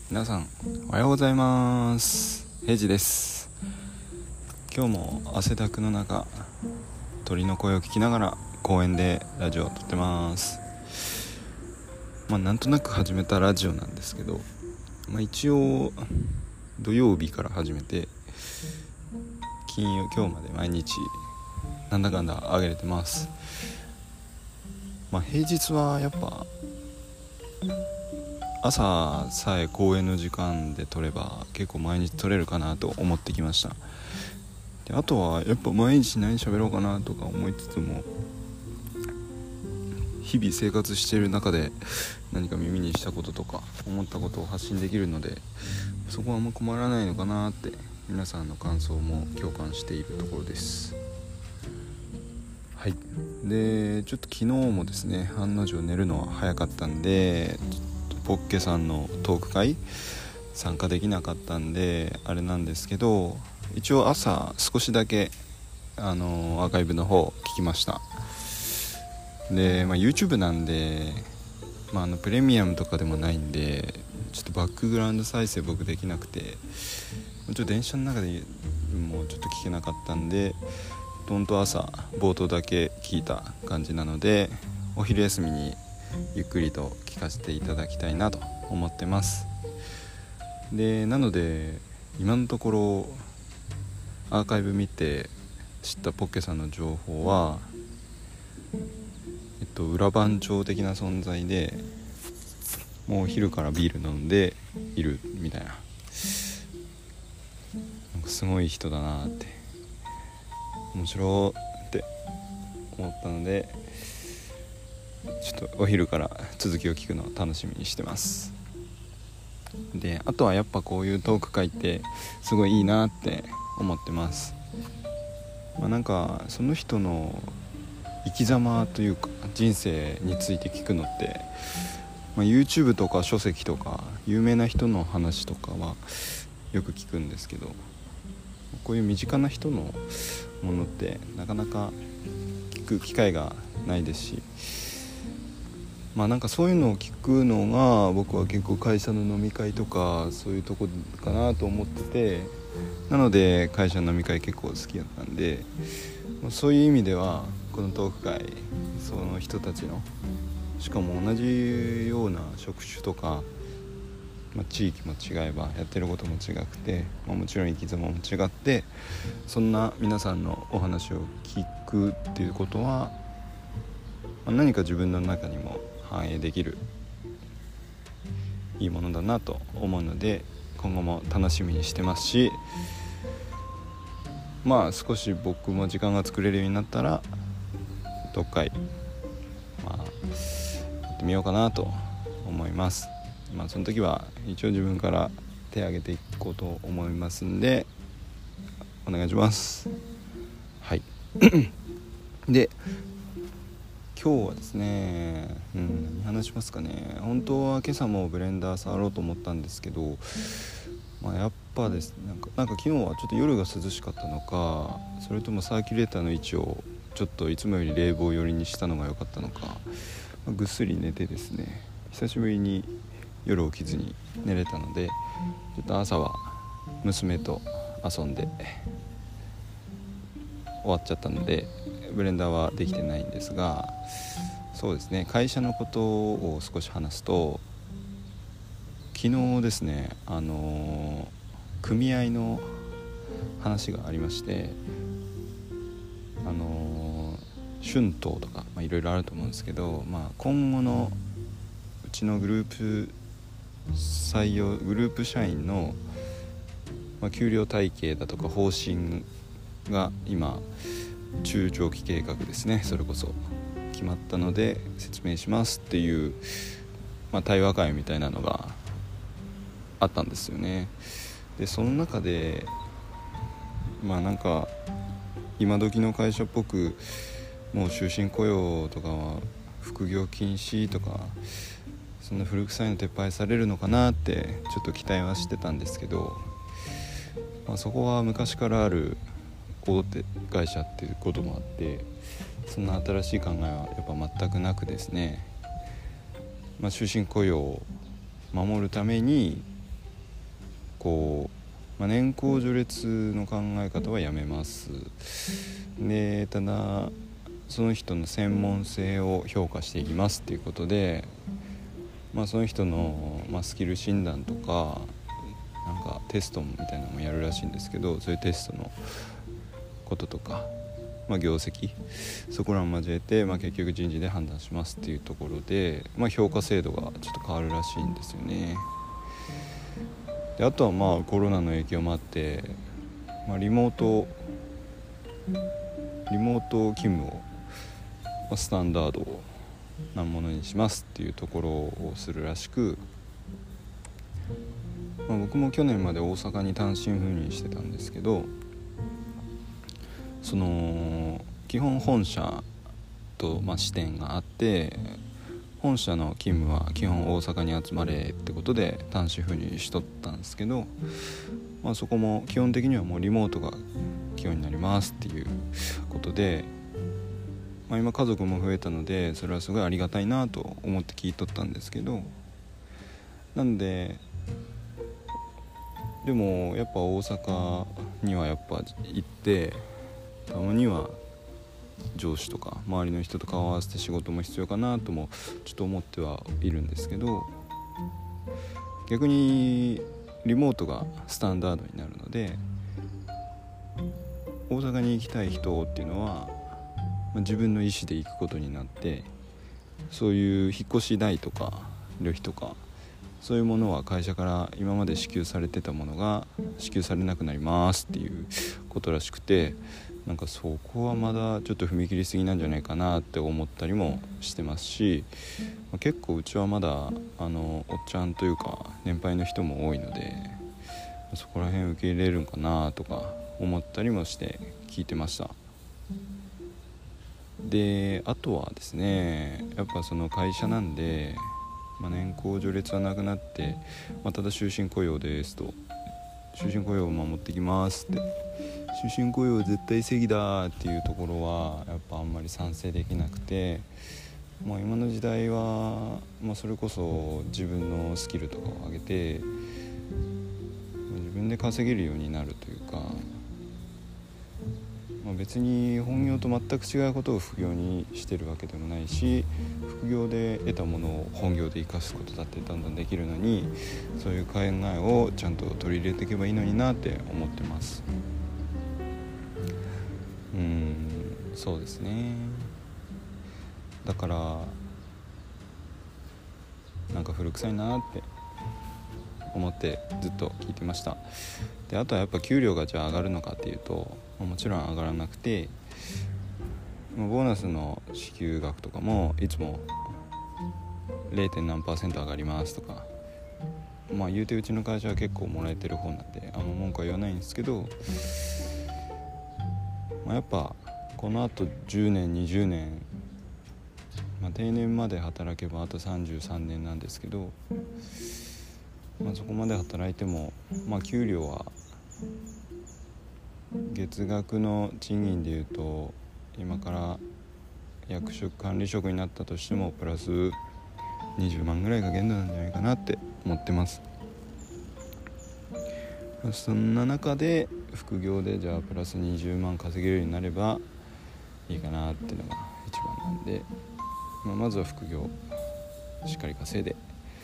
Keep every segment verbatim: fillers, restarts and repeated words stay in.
皆さんおはようございます。平治です。今日も汗だくの中、鳥の声を聞きながら公園でラジオを撮ってます。まあなんとなく始めたラジオなんですけど、まあ、一応土曜日から始めて金曜今日まで毎日なんだかんだ上げれてます。まあ平日はやっぱ朝さえ公園の時間で撮れば結構毎日撮れるかなと思ってきました。であとはやっぱ毎日何喋ろうかなとか思いつつも、日々生活している中で何か耳にしたこととか思ったことを発信できるので、そこはあんま困らないのかなって、皆さんの感想も共感しているところです。はい。でちょっと昨日もですね、案の定寝るのは早かったんで、ポッケさんのトーク会参加できなかったんであれなんですけど、一応朝少しだけあのアーカイブの方聞きました。で、まあ、YouTube なんで、まあ、あのプレミアムとかでもないんで、ちょっとバックグラウンド再生僕できなくて、ちょっと電車の中でもうちょっと聞けなかったんで、ほんと朝冒頭だけ聞いた感じなので、お昼休みにゆっくりと聞かせていただきたいなと思ってます。でなので今のところアーカイブ見て知ったポッケさんの情報は、えっと、裏番長的な存在で、もう昼からビール飲んでいるみたいな、なんかすごい人だなって、面白って思ったので、ちょっとお昼から続きを聞くのを楽しみにしてます。であとはやっぱこういうトーク会ってすごいいいなって思ってます。まあ、なんかその人の生き様というか人生について聞くのって、まあ、YouTube とか書籍とか有名な人の話とかはよく聞くんですけど、こういう身近な人のものってなかなか聞く機会がないですし、まあなんかそういうのを聞くのが僕は結構会社の飲み会とかそういうとこかなと思ってて、なので会社の飲み会結構好きだったんで、そういう意味ではこのトーク会、その人たちの、しかも同じような職種とか、まあ、地域も違えばやってることも違くて、まあ、もちろん生き様も違って、そんな皆さんのお話を聞くっていうことは、まあ、何か自分の中にも反映できるいいものだなと思うので、今後も楽しみにしてますし、まあ少し僕も時間が作れるようになったらどっかいまあやってみようかなと思います。まあその時は一応自分から手を挙げていこうと思いますんで、お願いします。はいで今日はですね、うん、何話しますかね。本当は今朝もブレンダー触ろうと思ったんですけど、まあ、やっぱですね、なんか、なんか昨日はちょっと夜が涼しかったのか、それともサーキュレーターの位置をちょっといつもより冷房寄りにしたのが良かったのか、まあ、ぐっすり寝てですね、久しぶりに夜起きずに寝れたので、ちょっと朝は娘と遊んで終わっちゃったのでブレンダーはできてないんですが、そうですね、会社のことを少し話すと、昨日ですね、あの組合の話がありまして、あの春闘とかいろいろあると思うんですけど、まあ、今後のうちのグループ採用グループ社員の、まあ、給料体系だとか方針が今中長期計画ですね、それこそ決まったので説明しますっていう、まあ、対話会みたいなのがあったんですよね。でその中でまあなんか今時の会社っぽく、もう終身雇用とかは副業禁止とか、そんな古臭いの撤廃されるのかなってちょっと期待はしてたんですけど、まあ、そこは昔からある大手会社っていうこともあって、そんな新しい考えはやっぱ全くなくですね、まあ、終身雇用を守るためにこう、まあ、年功序列の考え方はやめます。でただその人の専門性を評価していきますっていうことで、まあ、その人の、まあ、スキル診断とかなんかテストみたいなのもやるらしいんですけど、そういうテストのこととか、まあ、業績そこらを交えて、まあ、結局人事で判断しますっていうところで、まあ、評価制度がちょっと変わるらしいんですよね。であとはまあコロナの影響もあって、まあ、リモートリモート勤務を、まあ、スタンダードなものにしますっていうところをするらしく、まあ、僕も去年まで大阪に単身赴任してたんですけど、その基本本社と、まあ、支店があって、本社の勤務は基本大阪に集まれってことで単身赴任しとったんですけど、まあ、そこも基本的にはもうリモートが基本になりますっていうことで、まあ、今家族も増えたのでそれはすごいありがたいなと思って聞いとったんですけど、なんででもやっぱ大阪にはやっぱ行ってたまには上司とか周りの人と顔を合わせて仕事も必要かなともちょっと思ってはいるんですけど、逆にリモートがスタンダードになるので、大阪に行きたい人っていうのは、まあ、自分の意思で行くことになって、そういう引っ越し代とか旅費とかそういうものは会社から今まで支給されてたものが支給されなくなりますっていうことらしくて、なんかそこはまだちょっと踏み切りすぎなんじゃないかなって思ったりもしてますし、まあ、結構うちはまだあのおっちゃんというか年配の人も多いので、そこら辺受け入れるんかなとか思ったりもして聞いてました。であとはですね、やっぱその会社なんで、まあ、年功序列はなくなって、まあ、ただ終身雇用ですと、終身雇用を守ってきますって、終身雇用絶対正義だっていうところはやっぱあんまり賛成できなくて、まあ、今の時代は、まあ、それこそ自分のスキルとかを上げて自分で稼げるようになるというか、まあ、別に本業と全く違うことを副業にしてるわけでもないし、副業で得たものを本業で生かすことだってどんどんできるのに、そういう考えをちゃんと取り入れていけばいいのになって思ってます。うーんそうですね。だからなんか古臭いなって思ってずっと聞いてました。であとはやっぱ給料がじゃあ上がるのかっていうと、もちろん上がらなくて、ボーナスの支給額とかもいつも ゼロ. 何パーセント上がりますとか、まあ言うてうちの会社は結構もらえてる方なんであんま文句は言わないんですけど、まあ、やっぱこのあとじゅうねんにじゅうねん、まあ、定年まで働けばあとさんじゅうさんねんなんですけど、まあ、そこまで働いても、まあ、給料は月額の賃金でいうと今から役職管理職になったとしてもプラスにじゅうまんぐらいが限度なんじゃないかなって思ってます。そんな中で副業でじゃあプラスにじゅうまん稼げるようになればいいかなっていうのが一番なんで、まあ、まずは副業しっかり稼いで、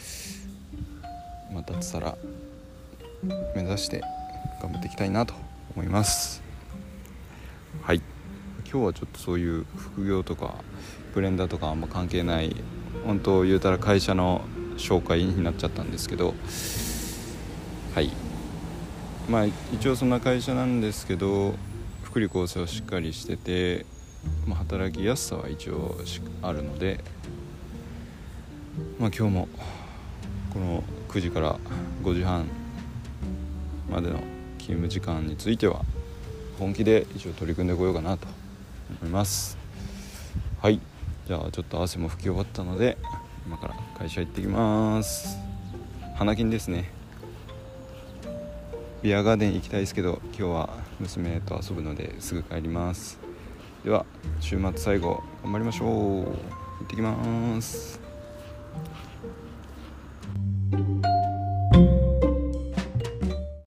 まあ、脱サラ目指して頑張っていきたいなと思います。はい、今日はちょっとそういう副業とかブレンダーとかあんま関係ない、本当言うたら会社の紹介になっちゃったんですけど、はい、まあ一応そんな会社なんですけど福利厚生をしっかりしてて、まあ、働きやすさは一応あるので、まあ今日もこのくじからごじはんまでの勤務時間については本気で一応取り組んでこようかなと思います。はい、じゃあちょっと汗も拭き終わったので今から会社行ってきます。花金ですね。ビアガーデン行きたいですけど今日は娘と遊ぶのですぐ帰ります。では週末最後頑張りましょう。行ってきます。